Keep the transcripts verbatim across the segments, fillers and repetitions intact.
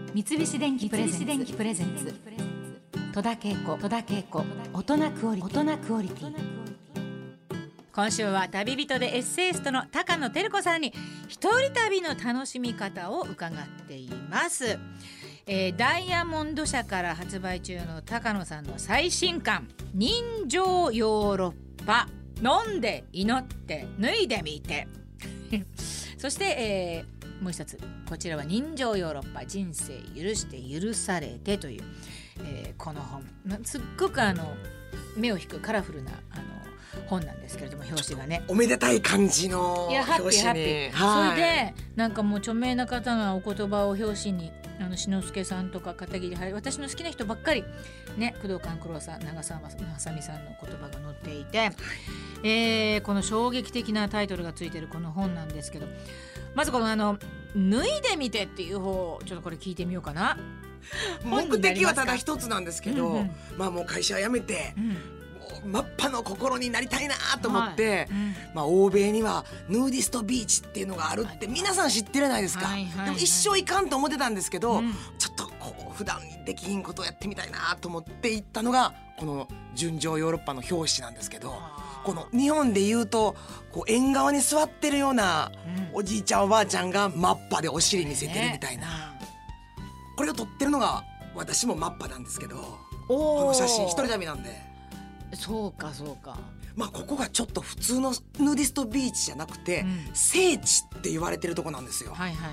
三菱電機プレゼンツ戸田恵子大人クオリティ。今週は旅人でエッセイストの高野照子さんに一人旅の楽しみ方を伺っています。えー、ダイヤモンド社から発売中の高野さんの最新刊人情ヨーロッパ、飲んで祈って脱いでみてそして、えー、もう一つ、こちらは人情ヨーロッパ、人生許して許されてという、えー、この本すっごくあの目を引くカラフルなあの本なんですけれども、表紙がねおめでたい感じの表紙に、いやハッピーハッピー、 はい、それでなんかもう著名な方がお言葉を表紙に、あの篠介さんとか片桐はい私の好きな人ばっかりね、工藤官九郎さん、長澤まさみさんの言葉が載っていて、えー、この衝撃的なタイトルがついてるこの本なんですけど、まずこのあの脱いでみてっていう方、ちょっとこれ聞いてみようかな。 目的はただ一つなんですけど、うんうん、まあもう会社辞めて、うん、真っ裸の心になりたいなと思って、はい、うん、まあ、欧米にはヌーディストビーチっていうのがあるって皆さん知ってるじゃないですか、はいはいはい、でも一生いかんと思ってたんですけど、うん、ちょっとこう普段できひんことをやってみたいなと思って行ったのがこの純情ヨーロッパの表紙なんですけど、この日本でいうとこう縁側に座ってるようなおじいちゃんおばあちゃんが真っ裸でお尻見せてるみたいな、これを撮ってるのが私も真っ裸なんですけど、この写真一人旅なんで。 そうかそうか、 まあここがちょっと普通のヌーディストビーチじゃなくて、うん、聖地って言われてるとこなんですよ、はいはいはい、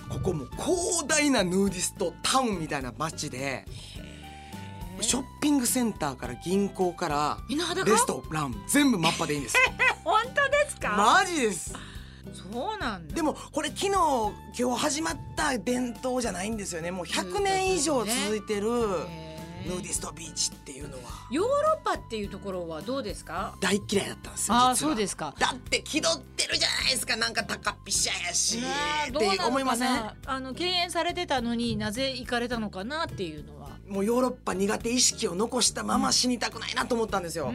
ここも広大なヌーディストタウンみたいな街で、ショッピングセンターから銀行からレストラン全部真っ裸でいいんです本当ですか？ マジです。 そうなんだ。 でもこれ昨日今日始まった伝統じゃないんですよね。もうひゃくねん以上続いてるヌーディストビーチっていうのは。 ヨーロッパっていうところはどうですか？ 大嫌いだったんですよ。 ああ、そうですか。 だって気取ってるじゃないですか。なんか高っぴしゃやしって思いません？ あの敬遠されてたのになぜ行かれたのかなっていうのは。 もうヨーロッパ苦手意識を残したまま死にたくないなと思ったんですよ、うん、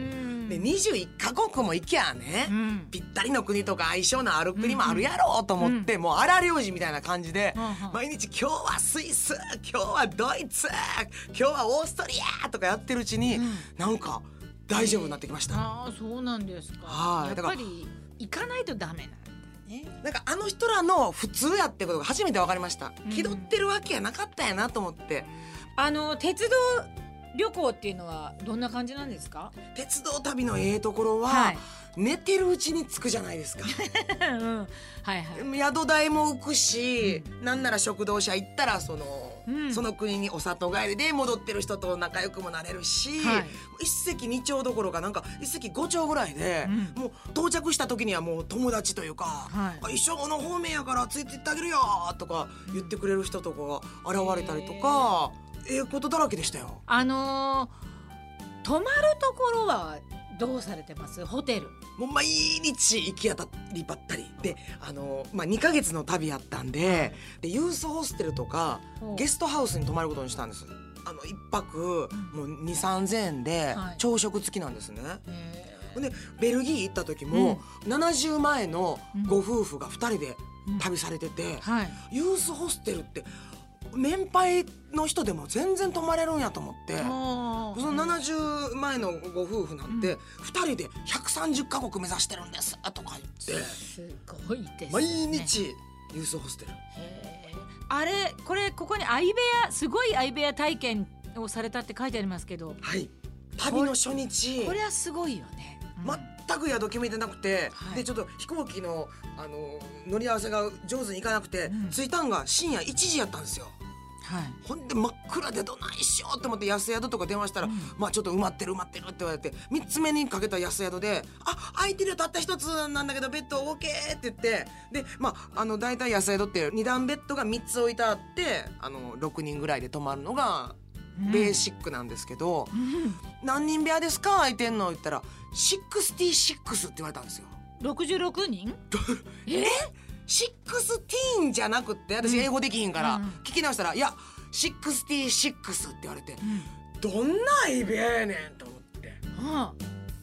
でにじゅういっかこくも行きゃね、うん、ぴったりの国とか相性のある国もあるやろうと思って、うん、もう荒領事みたいな感じで、うん、毎日今日はスイス、今日はドイツ、今日はオーストリアとかやってるうちに、うん、なんか大丈夫になってきました、えー、 ああそうなんですか。はい、やっぱり行かないとダメなんだね。 なんかあの人らの普通やってことが初めて分かりました、うん、気取ってるわけやなかったやなと思って。 あの鉄道旅行っていうのはどんな感じなんですか？ 鉄道旅のええところは、はい、寝てるうちに着くじゃないですか、うん、はいはい、宿代も浮くし、うん、なんなら食堂車行ったらその、うん、その国にお里帰りで戻ってる人と仲良くもなれるし、はい、一石二鳥どころかなんか一石五鳥ぐらいで、うん、もう到着した時にはもう友達というか、はい、一緒の方面やからついてってあげるよとか言ってくれる人とかが現れたりとか、ええことだらけでしたよ。 あのー、泊まるところはどうされてます？ホテルもう毎日行き当たりばったりで、あのーまあ、にかげつの旅やったんで、でユースホステルとかゲストハウスに泊まることにしたんです。あのいっぱくもうに、さんぜんえんで朝食付きなんですね、はい、でベルギー行った時も、うん、ななじゅうまんえんのご夫婦がふたりで旅されてて、うんはい、ユースホステルって年配の人でも全然泊まれるんやと思って、そのななじゅうまんえんのご夫婦なんてふたりでひゃくさんじゅっかこく目指してるんですとか言って、 すごいですね。 毎日ユースホステル。 へー、あれこれここに相部屋、すごい相部屋体験をされたって書いてありますけど、 はい、旅の初日これはすごいよね、 うん、全く宿決めてなくて、はい、でちょっと飛行機の、あの乗り合わせが上手にいかなくて、うん、着いたんが深夜いちじやったんですよ、はい、ほんで真っ暗でどないしようと思って安宿とか電話したら、うん、まあちょっと埋まってる埋まってるって言われて、みっつめにかけた安宿で、あ、空いてるよ、たった一つなんだけどベッド OK って言って、でまああの大体安宿ってにだんベッドがみっつ置いてあって、あのろくにんぐらいで泊まるのがベーシックなんですけど、うん、何人部屋ですか空いてんの言ったらろくじゅうろくって言われたんですよ。 ろくじゅうろくにんえシックスティーンじゃなくって、私英語できひんから、うん、聞き直したら、いやシックスティーシックスって言われて、うん、どんな相部屋やねんと思って、はあ、行っ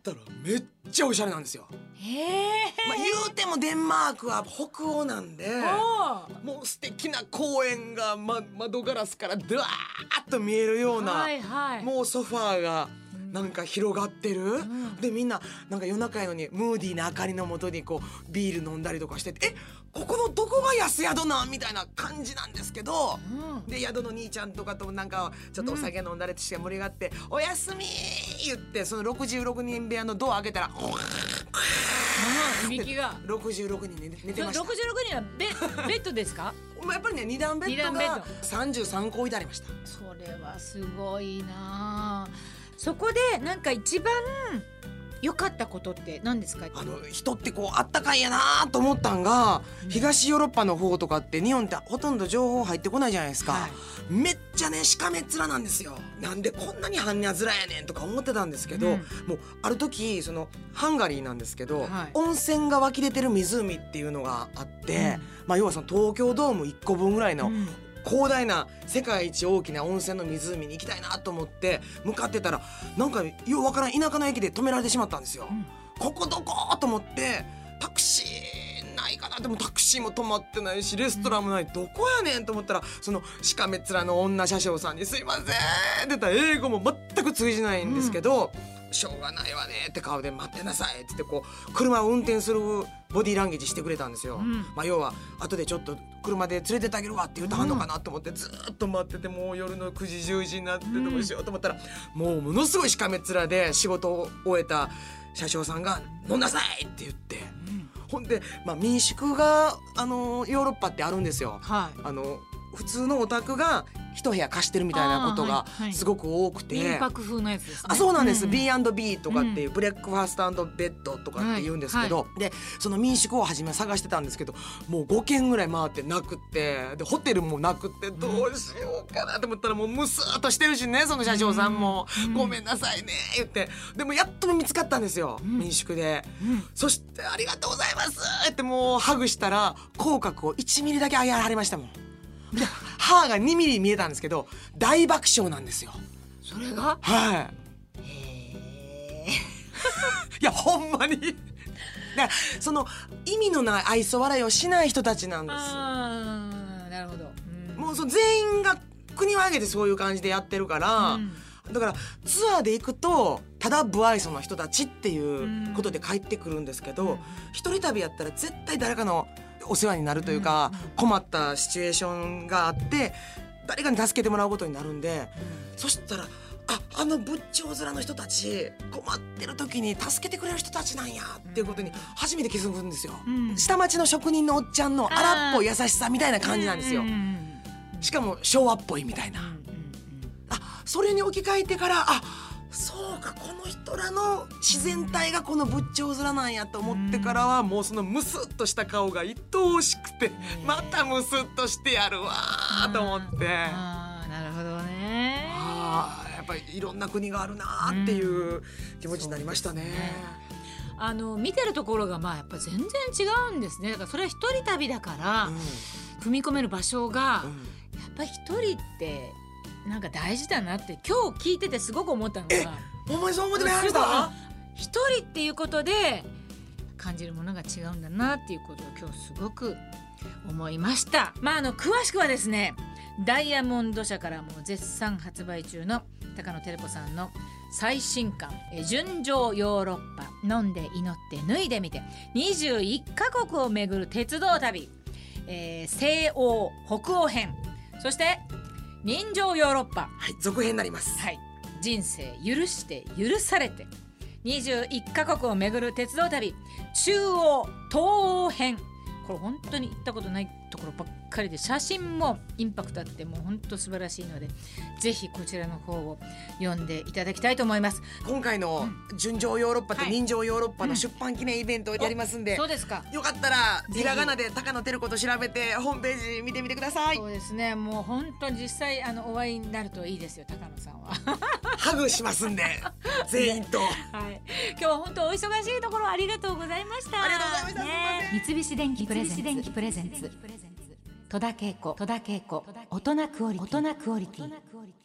ったらめっちゃおしゃれなんですよ。 へえ、 まあ、言うてもデンマークは北欧なんで、もう素敵な公園が、ま、窓ガラスからドワーッと見えるような、 はいはい、 もうソファーがなんか広がってる、うん、でみんななんか夜中やのにムーディーな明かりの下にこうビール飲んだりとかしてて、えここのどこが安宿なんみたいな感じなんですけど、うん、で宿の兄ちゃんとかとなんかちょっとお酒飲んだりして盛り上がって、うん、おやすみ言ってそのろくじゅうろくにん部屋のドア開けたらいびきがろくじゅうろくにん寝てました。 ろくじゅうろくにんは ベ, ベッドですか？ やっぱりねにだんベッドがさんじゅうさんこ置いてありました。 それはすごいな。そこでなんか一番良かったことって何ですか？ あの人ってこうあったかいやなと思ったんが、うん、東ヨーロッパの方とかって日本ってほとんど情報入ってこないじゃないですか、はい、めっちゃねしかめっ面なんですよ。なんでこんなに般若面やねんとか思ってたんですけど、うん、もうある時そのハンガリーなんですけど、はい、温泉が湧き出てる湖っていうのがあって、うん、まあ、要はその東京ドームいっこぶんぐらいの、うん、広大な世界一大きな温泉の湖に行きたいなと思って向かってたら、なんかようわからん田舎の駅で止められてしまったんですよ、うん、ここどこと思ってタクシーないかな。でもタクシーも止まってないしレストランもない、うん、どこやねんと思ったらそのしかめっ面の女車掌さんにすいませんって言ったら英語も全く通じないんですけど、うん、しょうがないわねって顔で待ってなさいって言ってこう車を運転するボディーランゲージしてくれたんですよ、うん、まあ、要は後でちょっと車で連れてってあげるわって言うとはんのかなと思ってずっと待ってて、もう夜のくじじゅうじになってどうしようと思ったら、うん、もうものすごいしかめっ面で仕事を終えた車掌さんが飲んなさいって言って、うん、ほんで、まあ、民宿があのヨーロッパってあるんですよ、はい、あの普通のお宅が一部屋貸してるみたいなことがすごく多くて、 民泊風のやつですね。 あ、そうなんです、うん、ビーアンドビー とかっていう、うん、ブレックファースト&ベッドとかって言うんですけど、はいはい、でその民宿を初め探してたんですけどもうごけんぐらい回ってなくって、でホテルもなくってどうしようかなと思ったらもうムスーっとしてるしね、その車掌さんも、うん、ごめんなさいね言って、でもやっと見つかったんですよ、うん、民宿で、うん、そしてありがとうございますってもうハグしたら口角をいちミリだけ上げられましたもん。で歯がにミリ見えたんですけど大爆笑なんですよ。 それがはい、 へいやほんまにだからその意味のない愛想笑いをしない人たちなんです。 あー、なるほど、 うん、もうその全員が国を挙げてそういう感じでやってるから、うん、だからツアーで行くとただ不愛想な人たちっていうことで帰ってくるんですけど、うん、一人旅やったら絶対誰かのお世話になるというか、うん、困ったシチュエーションがあって誰かに助けてもらうことになるんで、うん、そしたらああの仏頂面の人たち困ってる時に助けてくれる人たちなんやっていうことに初めて気づくんですよ、うん、下町の職人のおっちゃんの荒っぽい優しさみたいな感じなんですよ。しかも昭和っぽいみたいな、あそれに置き換えてからあそうかこの人らの自然体がこの仏頂面なんやと思ってからはもうそのムスッとした顔が愛おしくてまたムスッとしてやるわと思って、 あなるほどね、 あやっぱりいろんな国があるなっていう気持ちになりましたね、 うん、あの見てるところがまあやっぱ全然違うんですね。だからそれは一人旅だから、うん、踏み込める場所が、うん、やっぱり一人ってなんか大事だなって今日聞いててすごく思ったのが、えお前そう思ってないんだ。 一人っていうことで感じるものが違うんだなっていうことを今日すごく思いました。まああの詳しくはですねダイヤモンド社からも絶賛発売中の高野照子さんの最新刊純情ヨーロッパ飲んで祈って脱いでみてにじゅういっカ国を巡る鉄道旅、えー、西欧北欧編、そして人情ヨーロッパ、 はい、続編になります、 はい、人生許して許されてにじゅういっカ国を巡る鉄道旅中央東欧編、これ本当に行ったことないところばっかりで写真もインパクトあってもう本当素晴らしいのでぜひこちらの方を読んでいただきたいと思います。 今回の純情ヨーロッパと人情ヨーロッパの出版記念イベントをやりますんで、 うん、そうですか。 よかったらひらがなで高野照子と調べてホームページ見てみてください。 そうですね、もう本当に実際あのお会いになるといいですよ高野さんはハグしますんで全員と、はい、 今日は本当お忙しいところありがとうございました。 ありがとうございました、 ね、三菱電機プレゼンツ戸田恵子大人クオリティ。